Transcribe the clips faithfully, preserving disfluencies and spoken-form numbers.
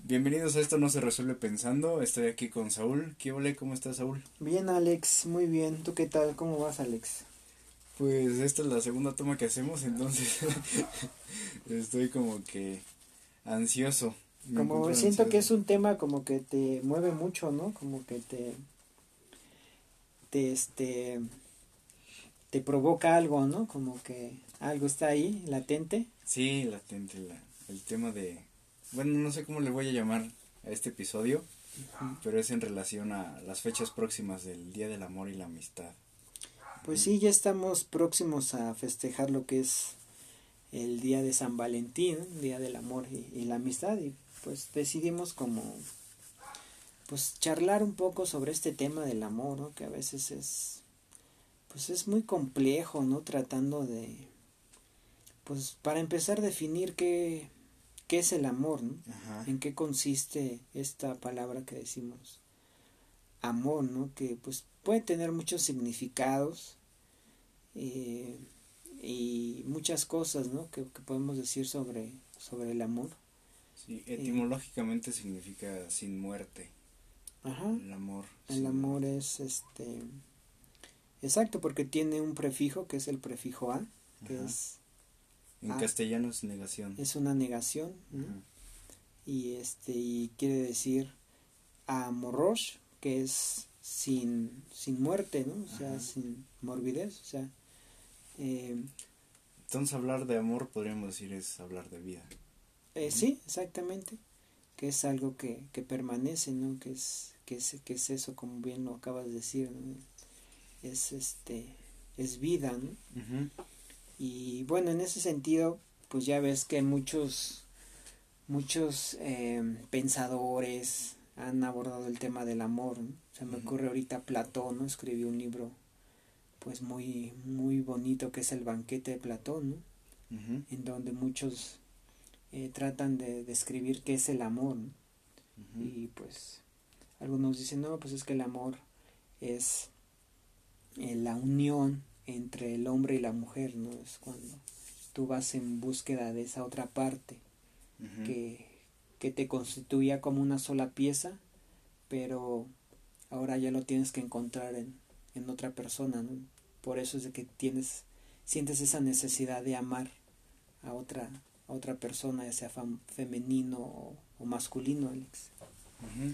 Bienvenidos a Esto No Se Resuelve Pensando. Estoy aquí con Saúl. ¿Qué ole? ¿Cómo estás, Saúl? Bien, Alex, muy bien. ¿Tú qué tal? ¿Cómo vas, Alex? Pues esta es la segunda toma que hacemos, entonces estoy como que ansioso. Me Como encuentro siento que es ansioso. un tema como que te mueve mucho, ¿no? Como que te, te, este, te provoca algo, ¿no? Como que algo está ahí, latente. Sí, latente, la, el tema de... Bueno, no sé cómo le voy a llamar a este episodio, Ujú. pero es en relación a las fechas próximas del Día del Amor y la Amistad. Pues Ujú. sí, ya estamos próximos a festejar lo que es el día de San Valentín, ¿no? Día del amor y, y la amistad, y pues decidimos como pues charlar un poco sobre este tema del amor, ¿no? Que a veces es pues es muy complejo, ¿no? Tratando de, pues para empezar a definir qué, qué es el amor, ¿no? Ajá. En qué consiste esta palabra que decimos amor, ¿no? Que pues puede tener muchos significados eh, y muchas cosas, ¿no? Que, que podemos decir sobre, sobre el amor. Sí, Eh, etimológicamente significa sin muerte. ajá, El amor el sin amor muerte. es este, exacto, porque tiene un prefijo que es el prefijo a, que Ajá. es En a, castellano es negación. es una negación, ¿no? Ajá. Y este y quiere decir amorosh, que es sin, sin muerte, ¿no? O sea, Ajá. sin morbidez, o sea, eh, Entonces hablar de amor podríamos decir es hablar de vida. eh, Ujú. sí, exactamente, que es algo que, que permanece, ¿no? Que es, que es, que es eso, como bien lo acabas de decir, ¿no? Es este, es vida, ¿no? Ujú. Y bueno, en ese sentido, pues ya ves que muchos, muchos eh, pensadores han abordado el tema del amor, ¿no? Se me Ujú. ocurre ahorita Platón, ¿no? Escribió un libro pues muy muy bonito que es el banquete de Platón, ¿no? Ujú. En donde muchos eh, tratan de describir qué es el amor, ¿no? Ujú. Y pues algunos dicen no, pues es que el amor es eh, la unión entre el hombre y la mujer, ¿no? Es cuando tú vas en búsqueda de esa otra parte Ujú. que, que te constituía como una sola pieza, pero ahora ya lo tienes que encontrar en, en otra persona, ¿no? Por eso es de que tienes, sientes esa necesidad de amar a otra, a otra persona, ya sea fam, femenino o, o masculino, Alex. Ujú.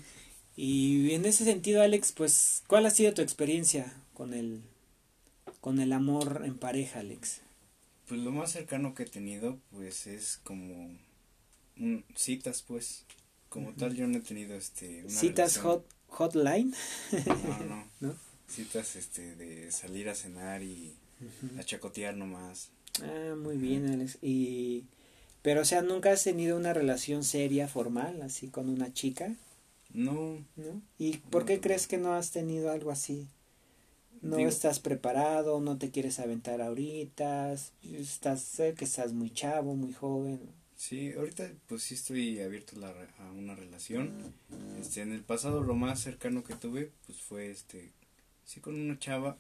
Y en ese sentido, Alex, pues, ¿cuál ha sido tu experiencia con el, con el amor en pareja, Alex? Pues lo más cercano que he tenido pues es como un, citas pues. Como Uh-huh. tal yo no he tenido este una ¿Citas relación. hot, hotline? No, no. ¿No? Citas este de salir a cenar y Uh-huh. a chacotear nomás. Ah, muy Ajá. bien, Alex. Y, pero, o sea, ¿nunca has tenido una relación seria, formal, así con una chica? No, ¿No? ¿Y por no, qué tampoco. crees que no has tenido algo así? ¿No Digo, estás preparado? ¿No te quieres aventar ahorita? Estás, sé que estás muy chavo, muy joven. sí, ahorita pues sí estoy abierto a, la re- a una relación. Este, en el pasado lo más cercano que tuve pues fue este, sí con una chava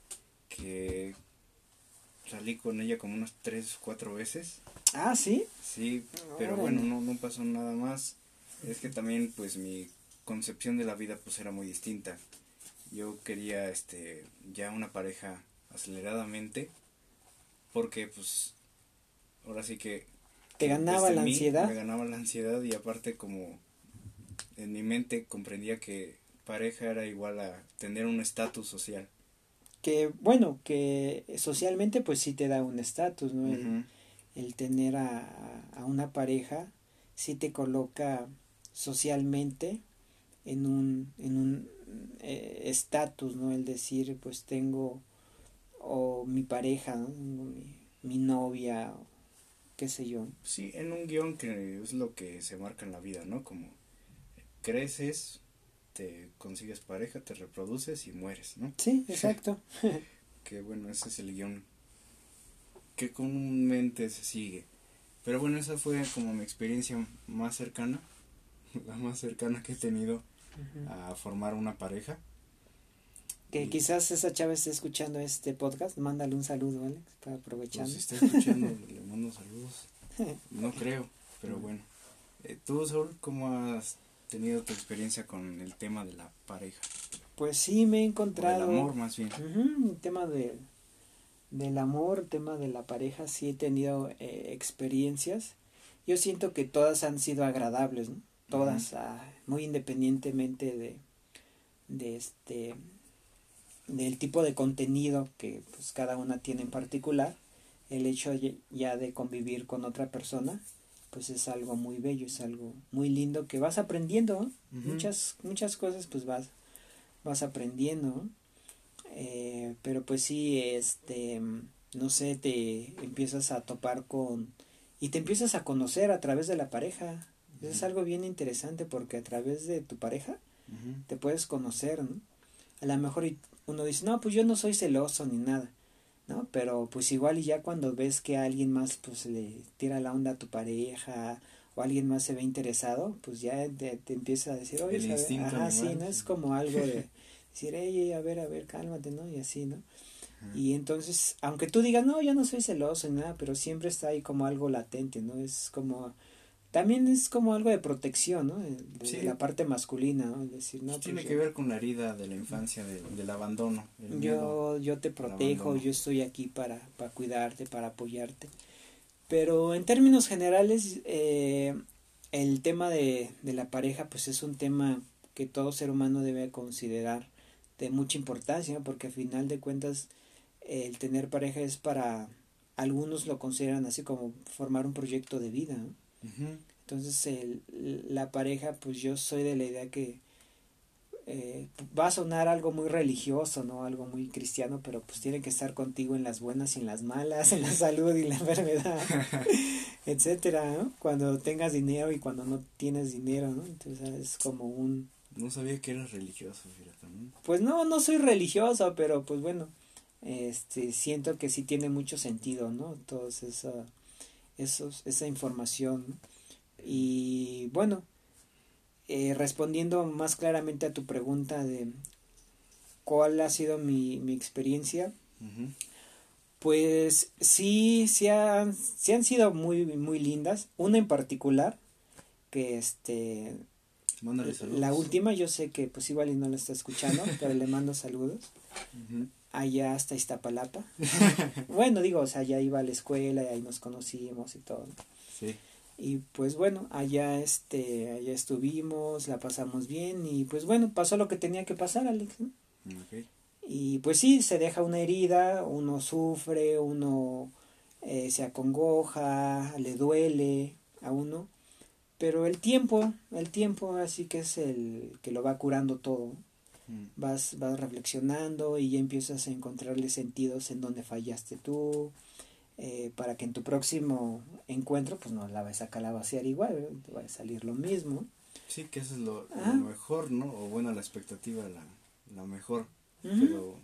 que salí con ella como unas tres, cuatro veces. Ah, ¿sí? Sí, pero bueno, Órale. no, no pasó nada más. Es que también pues mi concepción de la vida pues era muy distinta. Yo quería este ya una pareja aceleradamente porque pues ahora sí que, ¿Te que ganaba desde la mí ansiedad? me ganaba la ansiedad y aparte como en mi mente comprendía que pareja era igual a tener un estatus social. Que, bueno, que socialmente pues sí te da un estatus, ¿no? El, Ujú. el tener a, a una pareja sí te coloca socialmente en un en un eh, estatus, ¿no? El decir, pues tengo o mi pareja, ¿no? mi, mi novia, o qué sé yo. Sí, en un guión que es lo que se marca en la vida, ¿no? Como creces, te consigues pareja, te reproduces y mueres, ¿no? Sí, exacto. Que bueno, ese es el guión que comúnmente se sigue. Pero bueno, esa fue como mi experiencia más cercana, la más cercana que he tenido Uh-huh. a formar una pareja. Que Y quizás esa chava esté escuchando este podcast, mándale un saludo, Alex, para pues si aprovechando. está escuchando, le mando saludos. No creo, pero bueno. Eh, ¿Tú, Saúl, cómo has tenido tu experiencia con el tema de la pareja? Pues sí, me he O encontrado... el amor, más bien. Uh-huh, el tema de, del amor, el tema de la pareja, sí he tenido eh, experiencias. Yo siento que todas han sido agradables, ¿no? Todas, uh-huh. ah, muy independientemente de, de este, del tipo de contenido que pues cada una tiene en particular. El hecho ya de convivir con otra persona, pues es algo muy bello, es algo muy lindo que vas aprendiendo, ¿no? Uh-huh. muchas muchas cosas pues vas vas aprendiendo, ¿no? Eh, pero pues sí, este, no sé, te empiezas a topar con y te empiezas a conocer a través de la pareja. Uh-huh. Es algo bien interesante porque a través de tu pareja uh-huh. te puedes conocer, ¿no? A lo mejor uno dice, no, pues yo no soy celoso ni nada, ¿no? Pero pues igual y ya cuando ves que a alguien más pues le tira la onda a tu pareja o alguien más se ve interesado, pues ya te, te empieza a decir, oye, el instinto ajá, animal, sí, ¿no? Es como algo de decir, hey, a ver, a ver, cálmate, ¿no? Y así, ¿no? Ajá. Y entonces, aunque tú digas, no, yo no soy celoso ni nada, pero siempre está ahí como algo latente, ¿no? Es como... También es como algo de protección, ¿no? De, de sí. la parte masculina, ¿no? Es decir, no, pues tiene pues que yo, ver con la herida de la infancia, de, del abandono. El yo, yo te protejo, yo estoy aquí para, para cuidarte, para apoyarte. Pero en términos generales, eh, el tema de, de la pareja, pues es un tema que todo ser humano debe considerar de mucha importancia, porque al final de cuentas, el tener pareja es para... Algunos lo consideran así como formar un proyecto de vida, ¿no? Uh-huh. Entonces el, la pareja, pues yo soy de la idea que eh, va a sonar algo muy religioso, ¿no? Algo muy cristiano, pero pues tiene que estar contigo en las buenas y en las malas, en la salud y en la enfermedad, etcétera, ¿no? Cuando tengas dinero y cuando no tienes dinero, ¿no? Entonces es como un... No sabía que eras religioso, fíjate, ¿no? Pues no, no soy religioso, pero pues bueno, este, siento que sí tiene mucho sentido, ¿no? Todos esa, esos, esa información, ¿no? Y bueno, eh, respondiendo más claramente a tu pregunta de cuál ha sido mi, mi experiencia, uh-huh. pues sí, sí han, sí han sido muy, muy lindas. Una en particular, que este... Mándale saludos. La última, yo sé que pues igual y no la está escuchando, pero le mando saludos. Uh-huh. Allá hasta Iztapalapa. Bueno, digo, o sea, ya iba a la escuela y ahí nos conocimos y todo. Sí. Y pues bueno, allá este, allá estuvimos, la pasamos bien y pues bueno, pasó lo que tenía que pasar, Alex, ¿no? Okay. Y pues sí, se deja una herida, uno sufre, uno eh, se acongoja, le duele a uno, pero el tiempo, el tiempo así que es el que lo va curando todo. Mm. Vas, vas reflexionando y ya empiezas a encontrarle sentidos en donde fallaste tú, eh, para que en tu próximo encuentro pues no la vas a calabacear igual, ¿verdad? Te va a salir lo mismo. Sí, que eso es lo, lo mejor, ¿no? O bueno, la expectativa, la, la mejor. Uh-huh. Pero...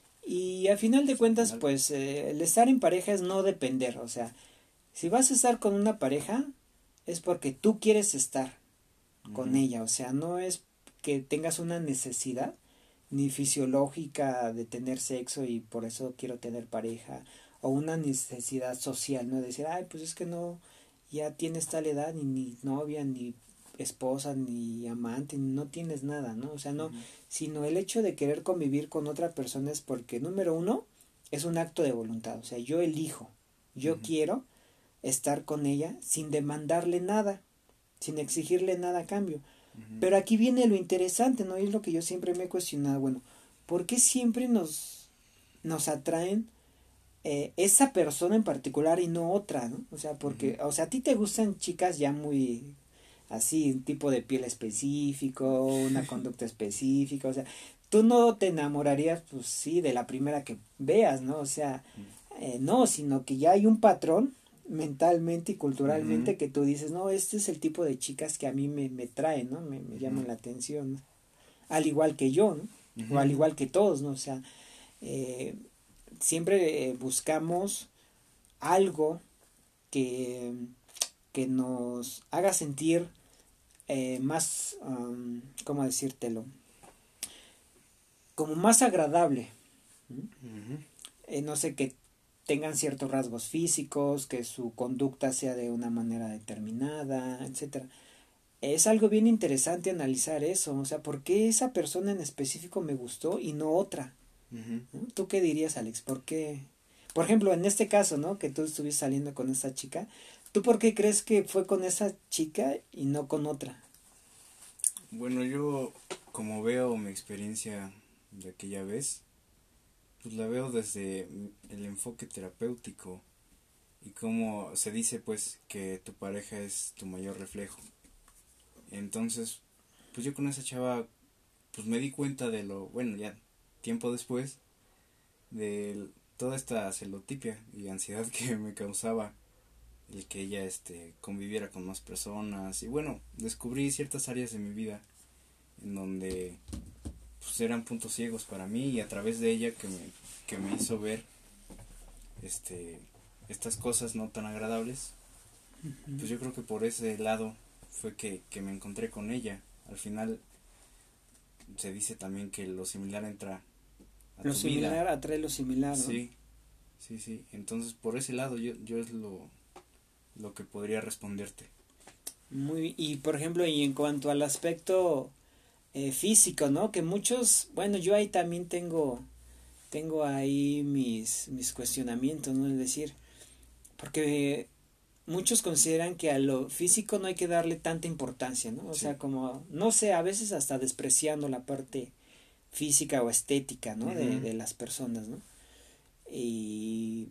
Y al final de cuentas, pues eh, el estar en pareja es no depender, o sea, si vas a estar con una pareja es porque tú quieres estar uh-huh. con ella, o sea, no es que tengas una necesidad ni fisiológica de tener sexo y por eso quiero tener pareja, o una necesidad social, ¿no? De decir, ay, pues es que no, ya tienes tal edad, ni, ni novia, ni esposa, ni amante, no tienes nada, ¿no? O sea, no, uh-huh. sino el hecho de querer convivir con otra persona es porque, número uno, es un acto de voluntad, o sea, yo elijo, yo uh-huh. quiero estar con ella sin demandarle nada, sin exigirle nada a cambio. Uh-huh. Pero aquí viene lo interesante, ¿no? Y es lo que yo siempre me he cuestionado, bueno, ¿por qué siempre nos, nos atraen eh, esa persona en particular y no otra, ¿no? O sea, porque, uh-huh. o sea, a ti te gustan chicas ya muy así, un tipo de piel específico, una conducta específica, o sea, tú no te enamorarías, pues sí, de la primera que veas, ¿no? O sea, eh, no, sino que ya hay un patrón mentalmente y culturalmente uh-huh. que tú dices, no, este es el tipo de chicas que a mí me, me traen, ¿no? Me, me uh-huh. llaman la atención, ¿no? Al igual que yo, ¿no? Uh-huh. O al igual que todos, ¿no? O sea, eh, siempre eh, buscamos algo que, que nos haga sentir eh, más, um, ¿cómo decírtelo? Como más agradable. Uh-huh. Eh, no sé, que tengan ciertos rasgos físicos, que su conducta sea de una manera determinada, etcétera. es algo bien interesante analizar eso, o sea, ¿por qué esa persona en específico me gustó y no otra? Ujú. ¿No? ¿Tú qué dirías, Alex? ¿Por qué? Por ejemplo, en este caso, ¿no? Que tú estuviste saliendo con esta chica, ¿tú por qué crees que fue con esa chica y no con otra? Bueno, yo como veo mi experiencia de aquella vez, pues la veo desde el enfoque terapéutico y como se dice pues que tu pareja es tu mayor reflejo. Entonces, pues yo con esa chava pues me di cuenta de lo, bueno, ya tiempo después, de toda esta celotipia y ansiedad que me causaba el que ella este conviviera con más personas y bueno, descubrí ciertas áreas de mi vida en donde pues eran puntos ciegos para mí y a través de ella que me, que me hizo ver este estas cosas no tan agradables, pues yo creo que por ese lado fue que, que me encontré con ella. Al final se dice también que lo similar entra a Lo tu similar vida. atrae lo similar, ¿no? Sí, sí, sí. Entonces por ese lado yo, yo es lo, lo que podría responderte. Muy, y por ejemplo, y en cuanto al aspecto eh, físico, ¿no? Que muchos, bueno, yo ahí también tengo, tengo ahí mis, mis cuestionamientos, ¿no? Es decir, porque muchos consideran que a lo físico no hay que darle tanta importancia, ¿no? O Sí. sea, como, no sé, a veces hasta despreciando la parte física o estética, ¿no? De, Ujú. de las personas, ¿no? Y,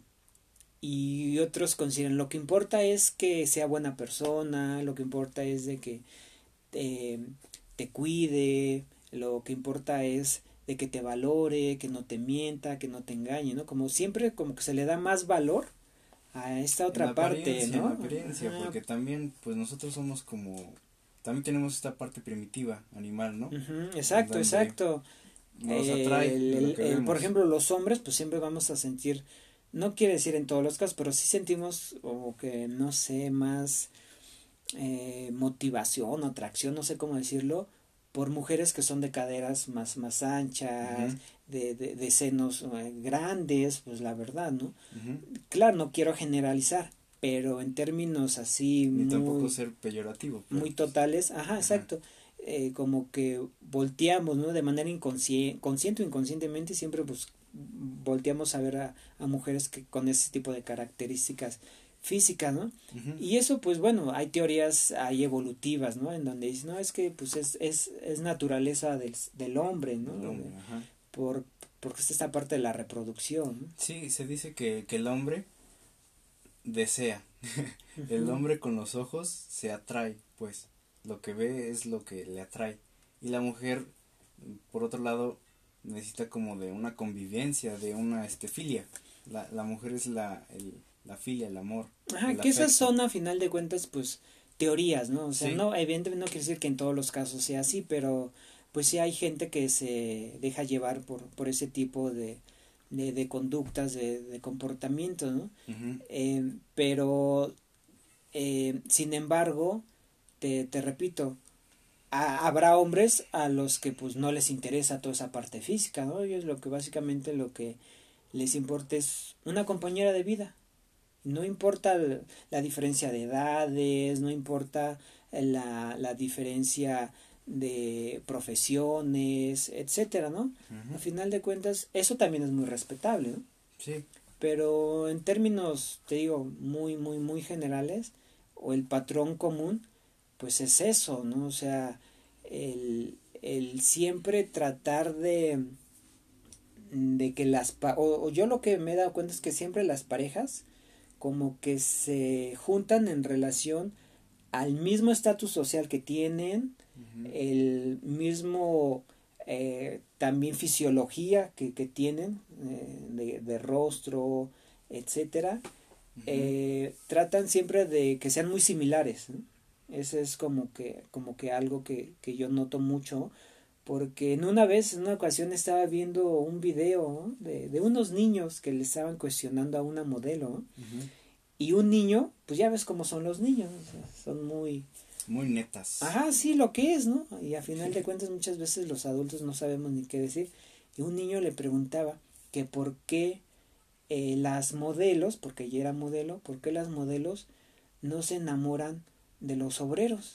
y otros consideran lo que importa es que sea buena persona, lo que importa es de que te, te cuide, lo que importa es de que te valore, que no te mienta, que no te engañe, ¿no? Como siempre como que se le da más valor a esta En la otra parte, apariencia, en la ¿no? apariencia, Ajá. porque también pues nosotros somos como, también tenemos esta parte primitiva, animal, ¿no? Ujú, En exacto, donde exacto. nos atrae El, de lo el, que el, por vemos. ejemplo, los hombres, pues siempre vamos a sentir, no quiere decir en todos los casos, pero sí sentimos como que, no sé, más eh, motivación, atracción, no sé cómo decirlo, por mujeres que son de caderas más, más anchas, Ujú, de, de, de senos eh, grandes, pues la verdad, ¿no? ujú. Claro, no quiero generalizar, pero en términos así Ni tampoco muy ser peyorativo, pero muy pues, totales, ajá, ajá, exacto, eh, como que volteamos, ¿no? De manera inconsciente, consciente o inconscientemente siempre pues volteamos a ver a, a mujeres que con ese tipo de características físicas, ¿no? ujú. Y eso pues bueno, hay teorías ahí evolutivas, ¿no? En donde dicen, no, es que pues es, es, es naturaleza del, del hombre, ¿no? Del hombre, ajá. Por, porque es esta parte de la reproducción, ¿no? Sí, se dice que, que el hombre desea, el Ujú. hombre con los ojos se atrae, pues, lo que ve es lo que le atrae. Y la mujer, por otro lado, necesita como de una convivencia, de una este, filia. La, la mujer es la, el, la filia, el amor, Ajá, el que esas afecto. son a final de cuentas pues teorías, ¿no? O sea, Sí, no, evidentemente no quiere decir que en todos los casos sea así, pero pues sí hay gente que se deja llevar por, por ese tipo de, de, de conductas, de, de comportamientos, ¿no? ujú, Eh, pero, eh, sin embargo, te, te repito, a- habrá hombres a los que pues no les interesa toda esa parte física, ¿no? Ellos lo que básicamente lo que les importa es una compañera de vida. No importa la diferencia de edades, no importa la, la diferencia de profesiones, etcétera, ¿no? A ujú, final de cuentas, eso también es muy respetable, ¿no? sí, Pero en términos, te digo, muy, muy, muy generales, o el patrón común, pues es eso, ¿no? O sea, el, el siempre tratar de, de que las, o, o yo lo que me he dado cuenta es que siempre las parejas, como que se juntan en relación al mismo estatus social que tienen, ujú, el mismo eh, también fisiología que, que tienen eh, de, de rostro, etcétera, ujú. eh, tratan siempre de que sean muy similares, ¿no? Ese es como que, como que algo que, que yo noto mucho, porque en una vez, en una ocasión estaba viendo un video, ¿no? de, de unos niños que le estaban cuestionando a una modelo, ¿no? Ujú. Y un niño, pues ya ves cómo son los niños, o sea, son muy... Muy netas. Ajá, sí, lo que es, ¿no? Y a final de cuentas muchas veces los adultos no sabemos ni qué decir. Y un niño le preguntaba que por qué eh, las modelos, porque ella era modelo, por qué las modelos no se enamoran de los obreros.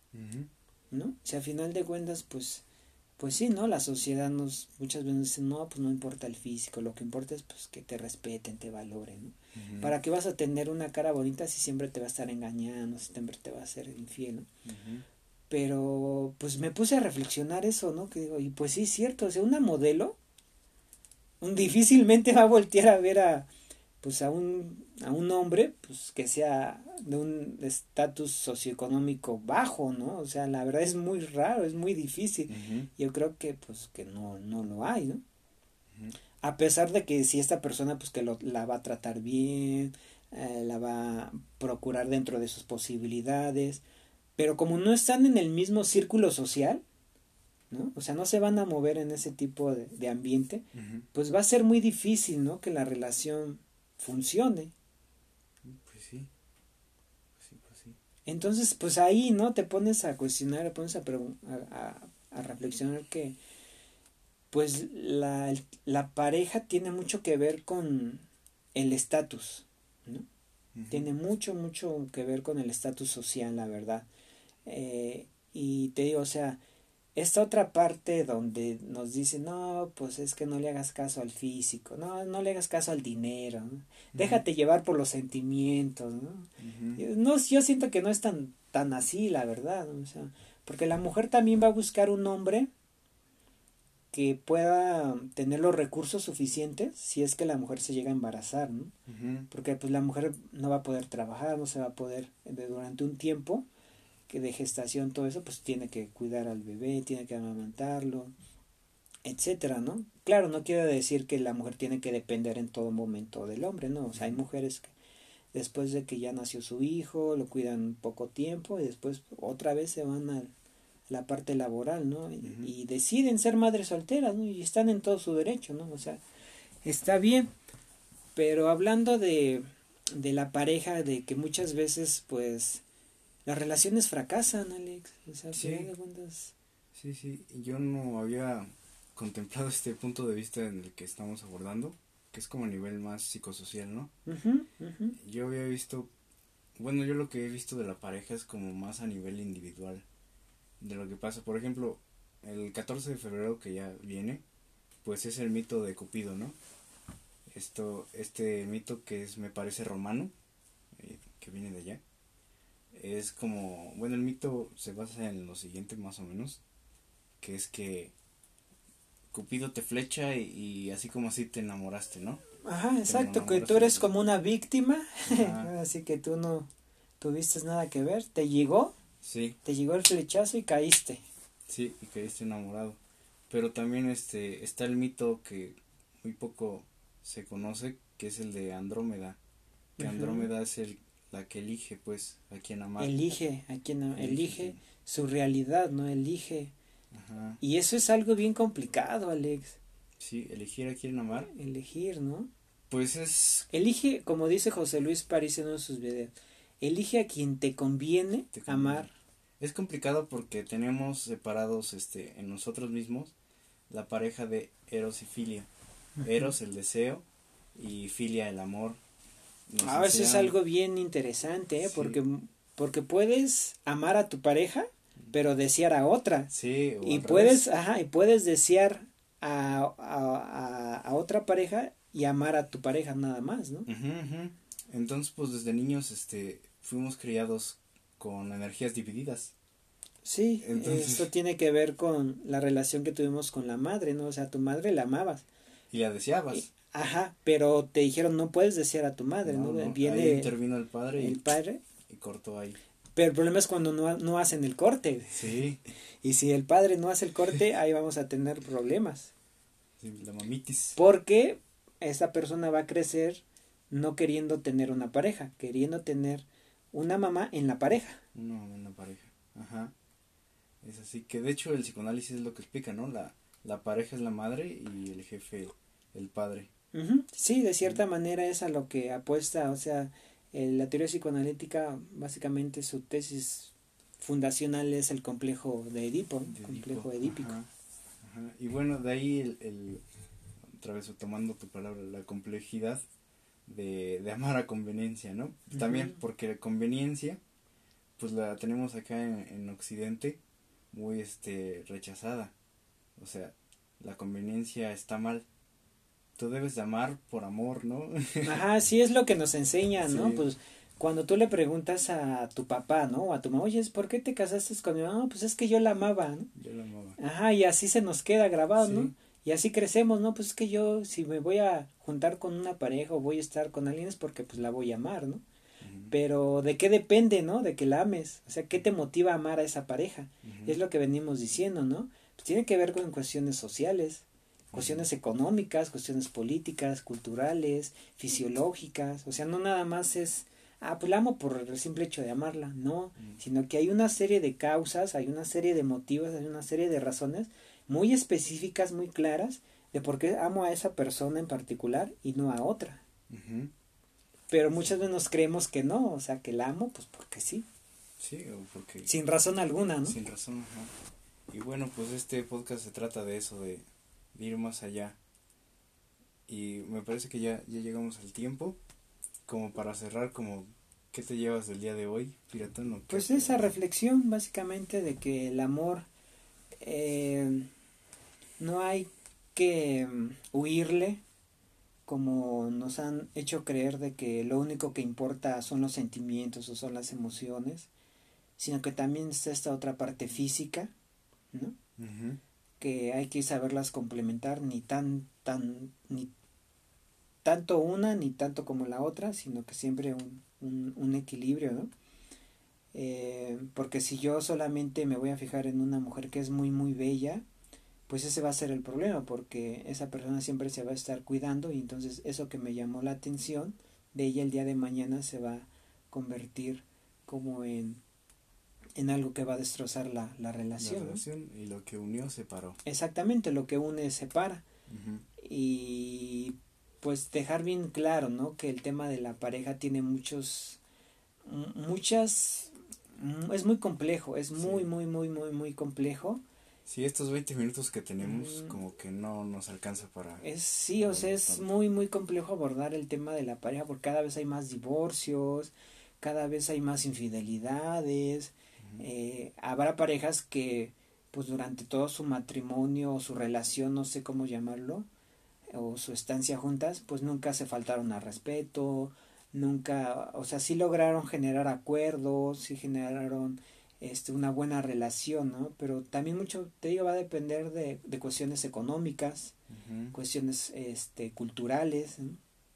Uh-huh. ¿No? Si a final de cuentas, pues, pues sí, ¿no? La sociedad nos, muchas veces dice, no, pues no importa el físico, lo que importa es pues que te respeten, te valoren, ¿no? Uh-huh. ¿Para qué vas a tener una cara bonita si siempre te va a estar engañando, si siempre te va a ser infiel, ¿no? Uh-huh. Pero, pues me puse a reflexionar eso, ¿no? Que digo, y pues sí, es cierto, o sea, una modelo un, difícilmente va a voltear a ver a, pues a un, a un hombre, pues que sea de un estatus socioeconómico bajo, ¿no? O sea, la verdad es muy raro, es muy difícil. Uh-huh. Yo creo que, pues, que no, no lo hay, ¿no? Uh-huh. A pesar de que si esta persona, pues, que lo, la va a tratar bien, eh, la va a procurar dentro de sus posibilidades, pero como no están en el mismo círculo social, ¿no? O sea, no se van a mover en ese tipo de, de ambiente, uh-huh. Pues va a ser muy difícil, ¿no? Que la relación funcione. Pues sí. Pues sí, pues sí. Entonces, pues ahí, ¿no? Te pones a cuestionar, te pones a, a, a reflexionar que, pues, la, la pareja tiene mucho que ver con el estatus, ¿no? Uh-huh. Tiene mucho, mucho que ver con el estatus social, la verdad. Eh, y te digo, o sea, esta otra parte donde nos dicen, no, pues es que no le hagas caso al físico, no, no le hagas caso al dinero, ¿no? Uh-huh. Déjate llevar por los sentimientos, ¿no? Uh-huh. No, yo siento que no es tan, tan así, la verdad, ¿no? O sea, porque la mujer también va a buscar un hombre que pueda tener los recursos suficientes si es que la mujer se llega a embarazar, ¿no? Uh-huh. Porque pues la mujer no va a poder trabajar, no se va a poder durante un tiempo que de gestación, todo eso, pues tiene que cuidar al bebé, tiene que amamantarlo, etcétera, ¿no? Claro, no quiere decir que la mujer tiene que depender en todo momento del hombre, ¿no? O sea, hay mujeres que después de que ya nació su hijo, lo cuidan poco tiempo y después otra vez se van a la parte laboral, ¿no? Y, uh-huh. y deciden ser madres solteras, ¿no? Y están en todo su derecho, ¿no? O sea, está bien, pero hablando de, de la pareja, de que muchas veces, pues, las relaciones fracasan, Alex. O sea, sí. sí, sí. Yo no había contemplado este punto de vista en el que estamos abordando, que es como a nivel más psicosocial, ¿no? Uh-huh, uh-huh. Yo había visto, bueno, yo lo que he visto de la pareja es como más a nivel individual, de lo que pasa. Por ejemplo, el catorce de febrero que ya viene, pues es el mito de Cupido, ¿no? Esto, este mito que es, me parece romano, eh, que viene de allá. Es como, bueno, el mito se basa en lo siguiente más o menos, que es que Cupido te flecha y, y así como así te enamoraste, ¿no? Ajá, exacto, que tú eres como una víctima, así que tú no tuviste nada que ver, te llegó, sí. te llegó el flechazo y caíste. Sí, y caíste enamorado. Pero también este está el mito que muy poco se conoce, que es el de Andrómeda, que uh-huh. Andrómeda es el la que elige, pues, a quién amar. Elige, a quién amar. Elige, elige sí. Su realidad, ¿no? Elige. Ajá. Y eso es algo bien complicado, Alex. Sí, elegir a quién amar. Elegir, ¿no? Pues es... Elige, como dice José Luis París en uno de sus videos, elige a quien te conviene, te conviene amar. Es complicado porque tenemos separados este en nosotros mismos la pareja de Eros y Filia. Uh-huh. Eros, el deseo, y Filia, el amor. Ah, eso es algo bien interesante, ¿eh? Sí. Porque, porque puedes amar a tu pareja, pero desear a otra. Sí, o y puedes, ajá, y puedes desear a, a, a, a otra pareja y amar a tu pareja nada más, ¿no? Uh-huh, uh-huh. Entonces, pues desde niños este fuimos criados con energías divididas. Sí, Entonces, esto tiene que ver con la relación que tuvimos con la madre, ¿no? O sea, a tu madre la amabas. Y la deseabas. Y, Ajá, pero te dijeron no puedes desear a tu madre, ¿no? no, no Viene ahí intervino el padre. El y, padre. Y cortó ahí. Pero el problema es cuando no, no hacen el corte. Sí. Y si el padre no hace el corte, ahí vamos a tener problemas. Sí, la mamitis. Porque esta persona va a crecer no queriendo tener una pareja, queriendo tener una mamá en la pareja. Una mamá en la pareja, ajá. Es así, que de hecho el psicoanálisis es lo que explica, ¿no? La, la pareja es la madre y el jefe el padre. Uh-huh. Sí, de cierta uh-huh. manera es a lo que apuesta, o sea, el, la teoría psicoanalítica, básicamente su tesis fundacional es el complejo de Edipo, de complejo Edipo. edípico. Ajá. Ajá. Y bueno, de ahí el, el, otra vez tomando tu palabra, la complejidad de, de amar a conveniencia, ¿no? Uh-huh. También porque la conveniencia, pues la tenemos acá en, en Occidente muy este rechazada. O sea, la conveniencia está mal. Tú debes de amar por amor, ¿no? Ajá, sí es lo que nos enseñan, ¿no? Sí. Pues cuando tú le preguntas a tu papá, ¿no? O a tu mamá, oye, ¿por qué te casaste con mi mamá? Pues es que yo la amaba, ¿no? Yo la amaba. Ajá, y así se nos queda grabado, Sí. ¿no? Y así crecemos, ¿no? Pues es que yo, si me voy a juntar con una pareja o voy a estar con alguien es porque pues la voy a amar, ¿no? Uh-huh. Pero ¿de qué depende, no? De que la ames. O sea, ¿qué te motiva a amar a esa pareja? Uh-huh. Es lo que venimos diciendo, ¿no? Pues tiene que ver con cuestiones sociales, cuestiones uh-huh. económicas, cuestiones políticas, culturales, fisiológicas. O sea, no nada más es, ah, pues la amo por el simple hecho de amarla. No, uh-huh. sino que hay una serie de causas, hay una serie de motivos, hay una serie de razones muy específicas, muy claras, de por qué amo a esa persona en particular y no a otra. Uh-huh. Pero muchas veces nos creemos que no, o sea, que la amo, pues porque sí. Sí, o porque... Sin razón alguna, ¿no? Sin razón, ajá. Y bueno, pues este podcast se trata de eso, de, de ir más allá. Y me parece que ya, ya llegamos al tiempo, como para cerrar, como, ¿qué te llevas del día de hoy, Piratón? Pues esa reflexión, básicamente, de que el amor, eh, no hay que um, huirle, como nos han hecho creer de que lo único que importa son los sentimientos o son las emociones, sino que también está esta otra parte física, ¿no? Uh-huh. Que hay que saberlas complementar, ni tan, tan, ni tanto una ni tanto como la otra, sino que siempre un, un, un equilibrio, ¿no? Eh, porque si yo solamente me voy a fijar en una mujer que es muy, muy bella, pues ese va a ser el problema, porque esa persona siempre se va a estar cuidando y entonces eso que me llamó la atención de ella el día de mañana se va a convertir como en, en algo que va a destrozar la, la relación. La relación, ¿no? Y lo que unió separó. Exactamente, lo que une separa. Uh-huh. Y pues dejar bien claro, ¿no? Que el tema de la pareja tiene muchos, muchas, es muy complejo, es muy, sí. muy, muy, muy, muy complejo. Sí, estos veinte minutos que tenemos mm. como que no nos alcanza para... Es, sí, para o sea, es tanto. muy, muy complejo abordar el tema de la pareja porque cada vez hay más divorcios, cada vez hay más infidelidades. Uh-huh. Eh, habrá parejas que, pues durante todo su matrimonio o su relación, no sé cómo llamarlo, o su estancia juntas, pues nunca se faltaron al respeto, nunca, o sea, sí lograron generar acuerdos, sí generaron... Este, una buena relación, ¿no? Pero también mucho, te digo, va a depender de, de cuestiones económicas, uh-huh. cuestiones este, culturales, ¿no?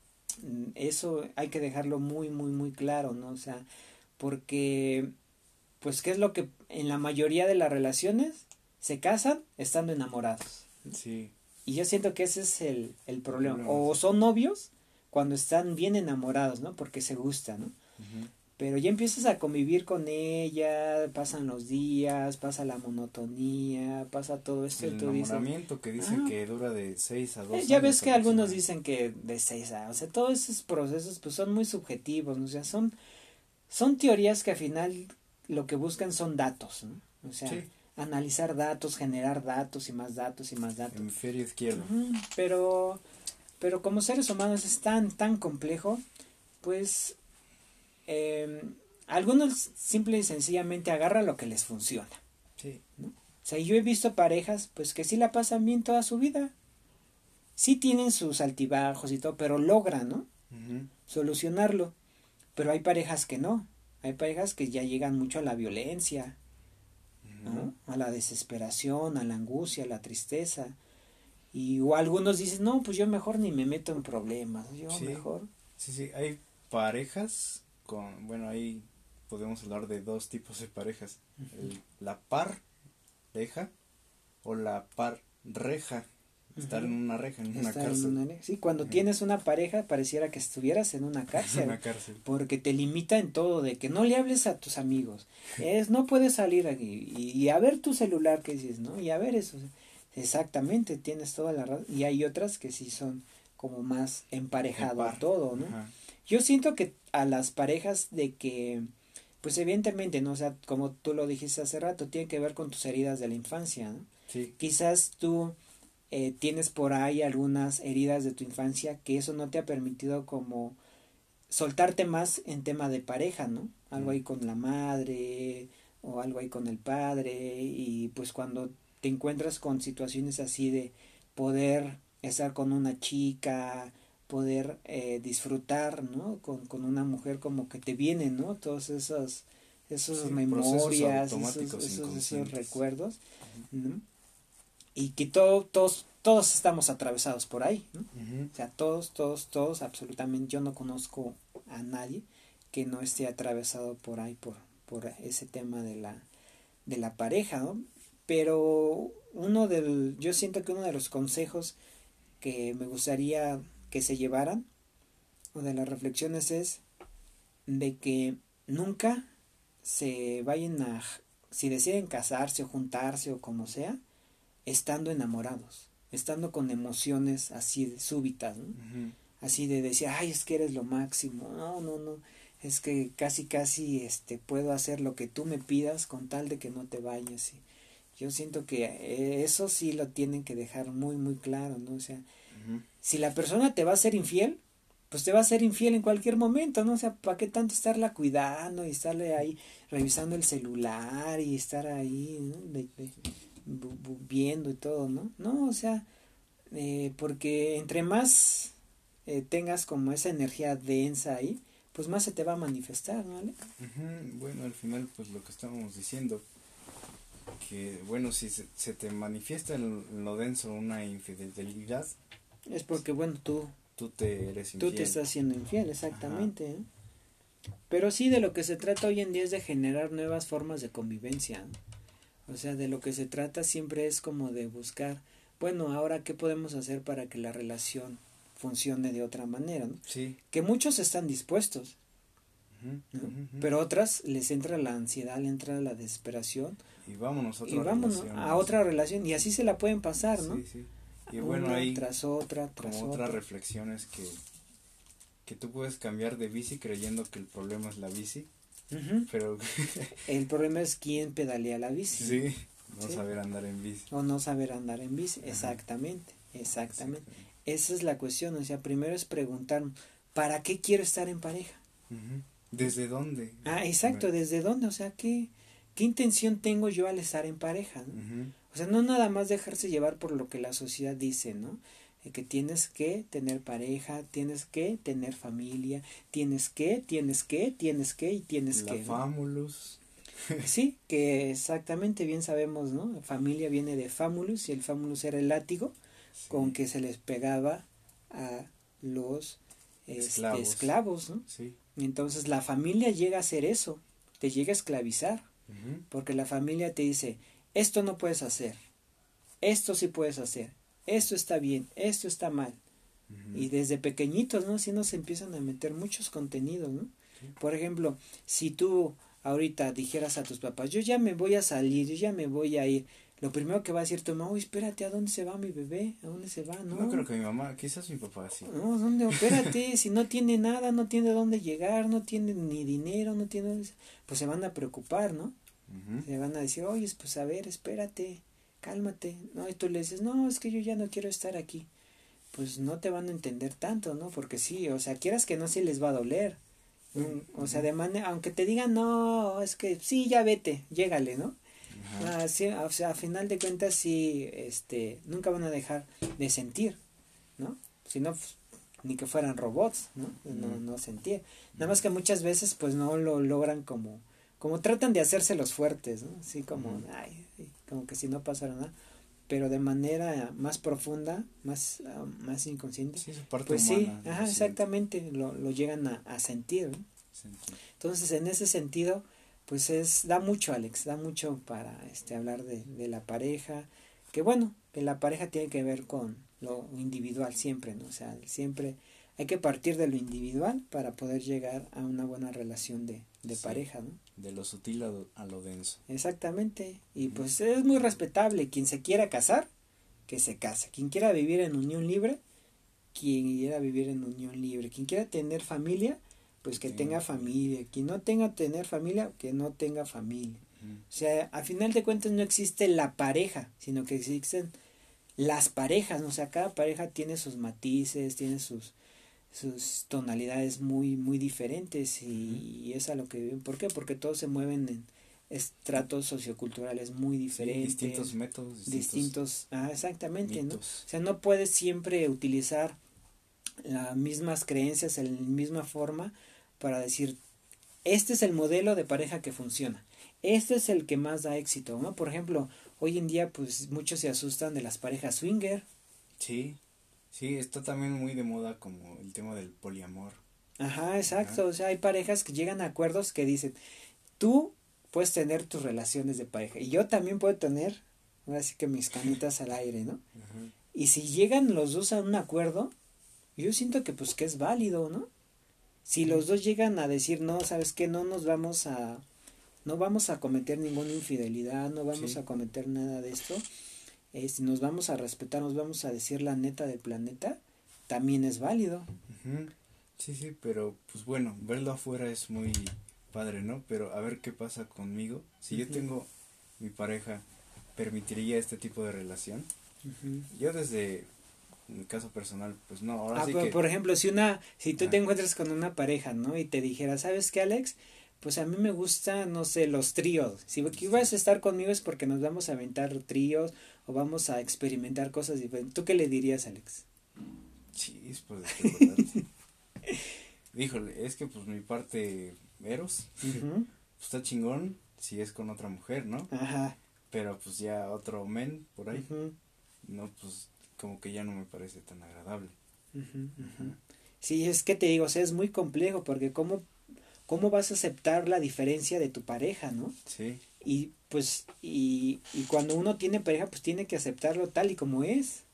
Eso hay que dejarlo muy, muy, muy claro, ¿no? O sea, porque, pues, ¿qué es lo que en la mayoría de las relaciones se casan estando enamorados? Sí. Y yo siento que ese es el, el problema. No. O son novios cuando están bien enamorados, ¿no? Porque se gustan, ¿no? Uh-huh. Pero ya empiezas a convivir con ella, pasan los días, pasa la monotonía, pasa todo esto. El y tú enamoramiento dices, que dicen ah, que dura de seis a dos años. Ya ves que algunos dicen que de seis a, o sea, todos esos procesos pues son muy subjetivos, ¿no? O sea, son, son teorías que al final lo que buscan son datos, ¿no? O sea, sí. analizar datos, generar datos y más datos y más datos. Hemisferio izquierdo. Uh-huh. Pero, pero como seres humanos es tan, tan complejo, pues... Eh, algunos simple y sencillamente agarran lo que les funciona. Sí. ¿no? O sea, yo he visto parejas pues que sí la pasan bien toda su vida. Sí tienen sus altibajos y todo, pero logran, ¿no? Uh-huh. Solucionarlo. Pero hay parejas que no. Hay parejas que ya llegan mucho a la violencia, uh-huh. ¿no? A la desesperación, a la angustia, a la tristeza. Y o algunos dicen, no, pues yo mejor ni me meto en problemas. Yo sí. mejor. Sí, sí, hay parejas con, bueno, ahí podemos hablar de dos tipos de parejas, uh-huh. El, la pareja o la parreja, uh-huh. Estar en una reja, en una Estar cárcel. En una, sí, cuando uh-huh. tienes una pareja pareciera que estuvieras en una cárcel, una cárcel, porque te limita en todo, de que no le hables a tus amigos, es no puedes salir aquí y, y a ver tu celular que dices, ¿no? Y a ver eso, exactamente, tienes toda la razón, y hay otras que sí son como más emparejado a todo, ¿no? Uh-huh. Yo siento que a las parejas de que, pues evidentemente, ¿no? O sea, como tú lo dijiste hace rato, tiene que ver con tus heridas de la infancia, ¿no? Sí. Quizás tú eh, tienes por ahí algunas heridas de tu infancia que eso no te ha permitido como soltarte más en tema de pareja, ¿no? Algo ahí con la madre o algo ahí con el padre, y pues cuando te encuentras con situaciones así de poder estar con una chica, poder eh, disfrutar, ¿no? Con, con una mujer, como que te vienen, ¿no? Todos esos, esos Sí, memorias, esos, esos, esos recuerdos, ¿no? Y que todo, todos, todos estamos atravesados por ahí, ¿no? Uh-huh. O sea, todos, todos, todos, absolutamente, yo no conozco a nadie que no esté atravesado por ahí, por, por ese tema de la, de la pareja, ¿no? Pero uno del, yo siento que uno de los consejos que me gustaría que se llevaran, o de las reflexiones, es de que nunca se vayan a, si deciden casarse o juntarse o como sea, estando enamorados, estando con emociones así de súbitas, ¿no? Uh-huh. Así de decir, ay, es que eres lo máximo, no, no, no, es que casi, casi, este, puedo hacer lo que tú me pidas con tal de que no te vayas. Y yo siento que eso sí lo tienen que dejar muy, muy claro, ¿no? O sea, uh-huh. Si la persona te va a ser infiel, pues te va a ser infiel en cualquier momento, ¿no? O sea, ¿para qué tanto estarla cuidando y estarle ahí revisando el celular y estar ahí, ¿no? de, de, viendo y todo, ¿no? No, o sea, eh, porque entre más eh, tengas como esa energía densa ahí, pues más se te va a manifestar, ¿no, Ale? Uh-huh. Bueno, al final, pues lo que estábamos diciendo, que bueno, si se, se te manifiesta en, en lo denso una infidelidad, es porque, bueno, tú, tú te eres infiel. Tú te estás siendo infiel, exactamente, ¿eh? Pero sí, de lo que se trata hoy en día es de generar nuevas formas de convivencia, ¿no? O sea, de lo que se trata siempre es como de buscar, bueno, ahora qué podemos hacer para que la relación funcione de otra manera, ¿no? Sí. Que muchos están dispuestos, uh-huh, ¿no? Uh-huh. Pero otras les entra la ansiedad, les entra la desesperación. Y vámonos a otra y vámonos relación. a otra relación, y así se la pueden pasar, ¿no? Sí, sí. Y bueno, una ahí tras otra, tras como otra. otra reflexión es que, que tú puedes cambiar de bici creyendo que el problema es la bici. Uh-huh. Pero el problema es quién pedalea la bici. Sí, no ¿sí? saber andar en bici. O no saber andar en bici, uh-huh. exactamente, exactamente. Sí, esa es la cuestión, o sea, primero es preguntar, ¿para qué quiero estar en pareja? Uh-huh. ¿Desde dónde? Ah, exacto, Me... ¿desde dónde? O sea, ¿qué, qué intención tengo yo al estar en pareja? ¿No? Uh-huh. O sea, no nada más dejarse llevar por lo que la sociedad dice, ¿no? Que tienes que tener pareja, tienes que tener familia, tienes que, tienes que, tienes que y tienes la que. La famulus. Sí, que exactamente bien sabemos, ¿no? Familia viene de famulus, y el famulus era el látigo sí. con que se les pegaba a los esclavos, este, esclavos, ¿no? Sí. Entonces la familia llega a ser eso, te llega a esclavizar, uh-huh. porque la familia te dice, esto no puedes hacer, esto sí puedes hacer, esto está bien, esto está mal. Uh-huh. Y desde pequeñitos, ¿no? Así nos empiezan a meter muchos contenidos, ¿no? Sí. Por ejemplo, si tú ahorita dijeras a tus papás, yo ya me voy a salir, yo ya me voy a ir, lo primero que va a decir tu mamá, uy, espérate, ¿a dónde se va mi bebé? ¿A dónde se va? No, no creo que mi mamá, quizás mi papá sí. No, ¿dónde? Espérate, si no tiene nada, no tiene dónde llegar, no tiene ni dinero, no tiene, pues se van a preocupar, ¿no? Uh-huh. Se van a decir, oye, pues a ver, espérate, cálmate, ¿no? Y tú le dices, no, es que yo ya no quiero estar aquí. Pues no te van a entender tanto, ¿no? Porque sí, o sea, quieras que no, sí les va a doler. Uh-huh. O sea, de manera, aunque te digan, no, es que sí, ya vete, llégale, ¿no? Uh-huh. Ah, sí, o sea, a final de cuentas, sí, este, nunca van a dejar de sentir, ¿no? Si no, pues, ni que fueran robots, ¿no? Uh-huh. No, no sentir. Uh-huh. Nada más que muchas veces, pues, no lo logran como, como tratan de hacerse los fuertes, ¿no? Así como, uh-huh. ay, como que si no pasara nada. Pero de manera más profunda, más, uh, más inconsciente, sí, su parte pues humana, sí, ajá, exactamente, lo, lo llegan a, a sentir, ¿no? Sentir. Entonces, en ese sentido, pues es, da mucho, Alex, da mucho para este hablar de, de la pareja, que bueno, que la pareja tiene que ver con lo individual siempre, ¿no? O sea, siempre hay que partir de lo individual para poder llegar a una buena relación de, de sí, pareja, ¿no? De lo sutil a lo, a lo denso. Exactamente, y uh-huh. pues es muy respetable, quien se quiera casar, que se case, quien quiera vivir en unión libre, quien quiera vivir en unión libre, quien quiera tener familia, pues que tenga familia, quien no tenga tener familia, que no tenga familia. Uh-huh. O sea, a final de cuentas no existe la pareja, sino que existen las parejas, ¿no? O sea, cada pareja tiene sus matices, tiene sus sus tonalidades muy muy diferentes y, y es a lo que viven. ¿Por qué? Porque todos se mueven en estratos socioculturales muy diferentes, sí, distintos métodos, distintos, distintos, ah, exactamente, mitos. ¿no? O sea, no puedes siempre utilizar las mismas creencias en la misma forma para decir, este es el modelo de pareja que funciona, este es el que más da éxito, ¿no? Por ejemplo, hoy en día pues muchos se asustan de las parejas swinger. Sí, sí, está también muy de moda como el tema del poliamor. Ajá, exacto. Ajá. O sea, hay parejas que llegan a acuerdos que dicen, tú puedes tener tus relaciones de pareja y yo también puedo tener, así que mis canitas al aire, ¿no? Ajá. Y si llegan los dos a un acuerdo, yo siento que pues que es válido, ¿no? Si los dos llegan a decir, no, ¿sabes qué? No nos vamos a, no vamos a cometer ninguna infidelidad, no vamos Sí. a cometer nada de esto, este, nos vamos a respetar, nos vamos a decir la neta del planeta, también es válido. Ujú. Sí, sí, pero pues bueno, verlo afuera es muy padre, ¿no? Pero a ver qué pasa conmigo. Si yo Ujú. tengo mi pareja, ¿permitiría este tipo de relación? Ujú. Yo desde mi caso personal, pues no, ahora Ah, sí pero que... por ejemplo, si una, si tú Ah, te encuentras con una pareja, ¿no? Y te dijera, ¿sabes qué, Alex? Pues a mí me gusta, no sé, los tríos. Si aquí vas a estar conmigo es porque nos vamos a aventar tríos o vamos a experimentar cosas diferentes. ¿Tú qué le dirías, Alex? chispas de chocolate. Híjole, es que pues mi parte Eros Ujú. está chingón si es con otra mujer, ¿no? Ajá. Pero pues ya otro men por ahí, Ujú, no, pues como que ya no me parece tan agradable. ujú, ujú. Ajá. Sí, es que te digo, o sea, es muy complejo porque cómo, cómo vas a aceptar la diferencia de tu pareja, ¿no? Sí, Y pues, y, y cuando uno tiene pareja, pues tiene que aceptarlo tal y como es,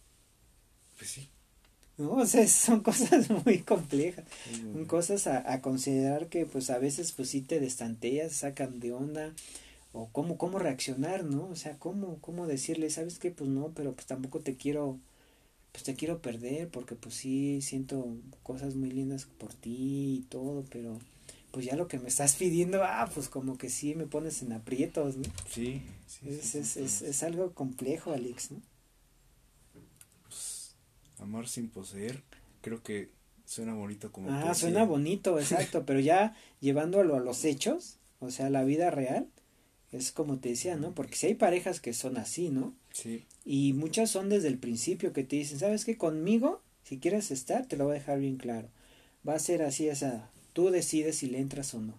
pues sí. ¿no? O sea, son cosas muy complejas, es son muy- cosas a, a considerar que pues a veces pues sí te destanteas, sacan de onda, o cómo, cómo reaccionar, ¿no? O sea, cómo, cómo decirle, ¿sabes qué? Pues no, pero pues tampoco te quiero, pues te quiero perder, porque pues sí siento cosas muy lindas por ti y todo, pero pues ya lo que me estás pidiendo, ah, pues como que sí me pones en aprietos, ¿no? Sí, sí, sí, Es, sí, es, es, pues, es algo complejo, Alex, ¿no? pues, amar sin poseer, creo que suena bonito como Ah, suena poesía. bonito, exacto, pero ya llevándolo a los hechos, o sea, la vida real, es como te decía, ¿no? Porque si hay parejas que son así, ¿no? Sí, Y muchas son desde el principio que te dicen, ¿sabes qué? Conmigo, si quieres estar, te lo voy a dejar bien claro. Va a ser así, esa, tú decides si le entras o no.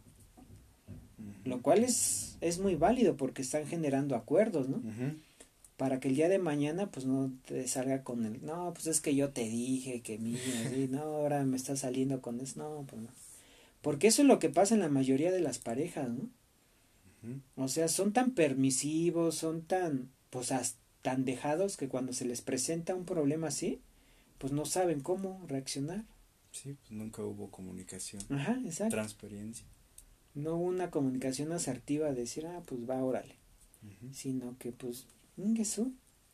ujú, Lo cual es, es muy válido porque están generando acuerdos, ¿no? ujú, Para que el día de mañana pues no te salga con el, no, pues es que yo te dije que mira, sí, no, ahora me está saliendo con eso, no, pues no. Porque eso es lo que pasa en la mayoría de las parejas, ¿no? ujú. O sea, son tan permisivos, son tan, pues as- tan dejados que cuando se les presenta un problema así, pues no saben cómo reaccionar. Sí, pues nunca hubo comunicación, Ajá, exacto. transparencia. No hubo una comunicación asertiva de decir, ah, pues va, órale. Ujú. Sino que, pues, eso.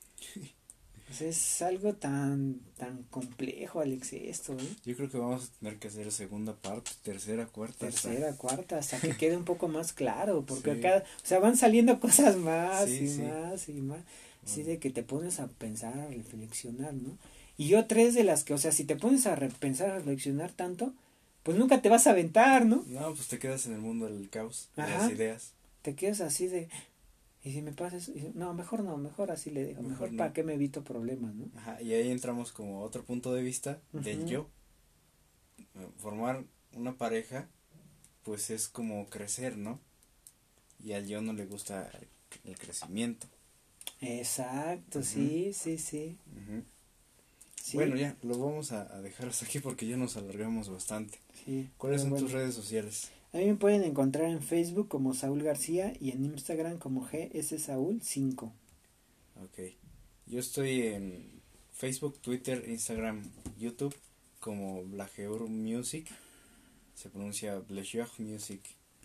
Pues es algo tan, tan complejo, Alex, esto, ¿eh? Yo creo que vamos a tener que hacer segunda parte, tercera, cuarta, hasta... Tercera, cuarta, hasta que quede un poco más claro, porque Sí, acá, o sea, van saliendo cosas más sí, y sí. más y más, así Bueno, de que te pones a pensar, a reflexionar, ¿no? Y yo tres de las que, o sea, si te pones a pensar, a reflexionar tanto, pues nunca te vas a aventar, ¿no? no, pues te quedas en el mundo del caos, de las Ajá, ideas. te quedas así de, y si me pasa eso, y- no, mejor no, mejor así le digo, Mejor mejor para no. qué me evito problemas, ¿no? Ajá, y ahí entramos como otro punto de vista del Ujú. yo. Eh, Formar una pareja, pues es como crecer, ¿no? Y al yo no le gusta el, el crecimiento. Exacto, Ujú, sí, sí, sí, ujú. Bueno, sí, ya, lo vamos a, a dejar hasta aquí porque ya nos alargamos bastante. sí, ¿Cuáles pero son bueno. tus redes sociales? A mí me pueden encontrar en Facebook como Saúl García y en Instagram como G S Saúl cinco. Ok. Yo estoy en Facebook, Twitter, Instagram, YouTube como Blageur Music. Se pronuncia Blageur Music.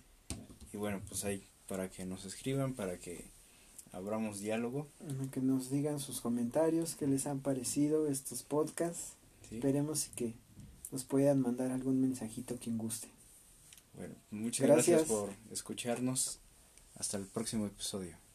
Y bueno, pues ahí para que nos escriban, para que abramos diálogo. Que nos digan sus comentarios, qué les han parecido estos podcasts. ¿Sí? Esperemos que nos puedan mandar algún mensajito quien guste. Bueno, muchas gracias Gracias. por escucharnos. Hasta el próximo episodio.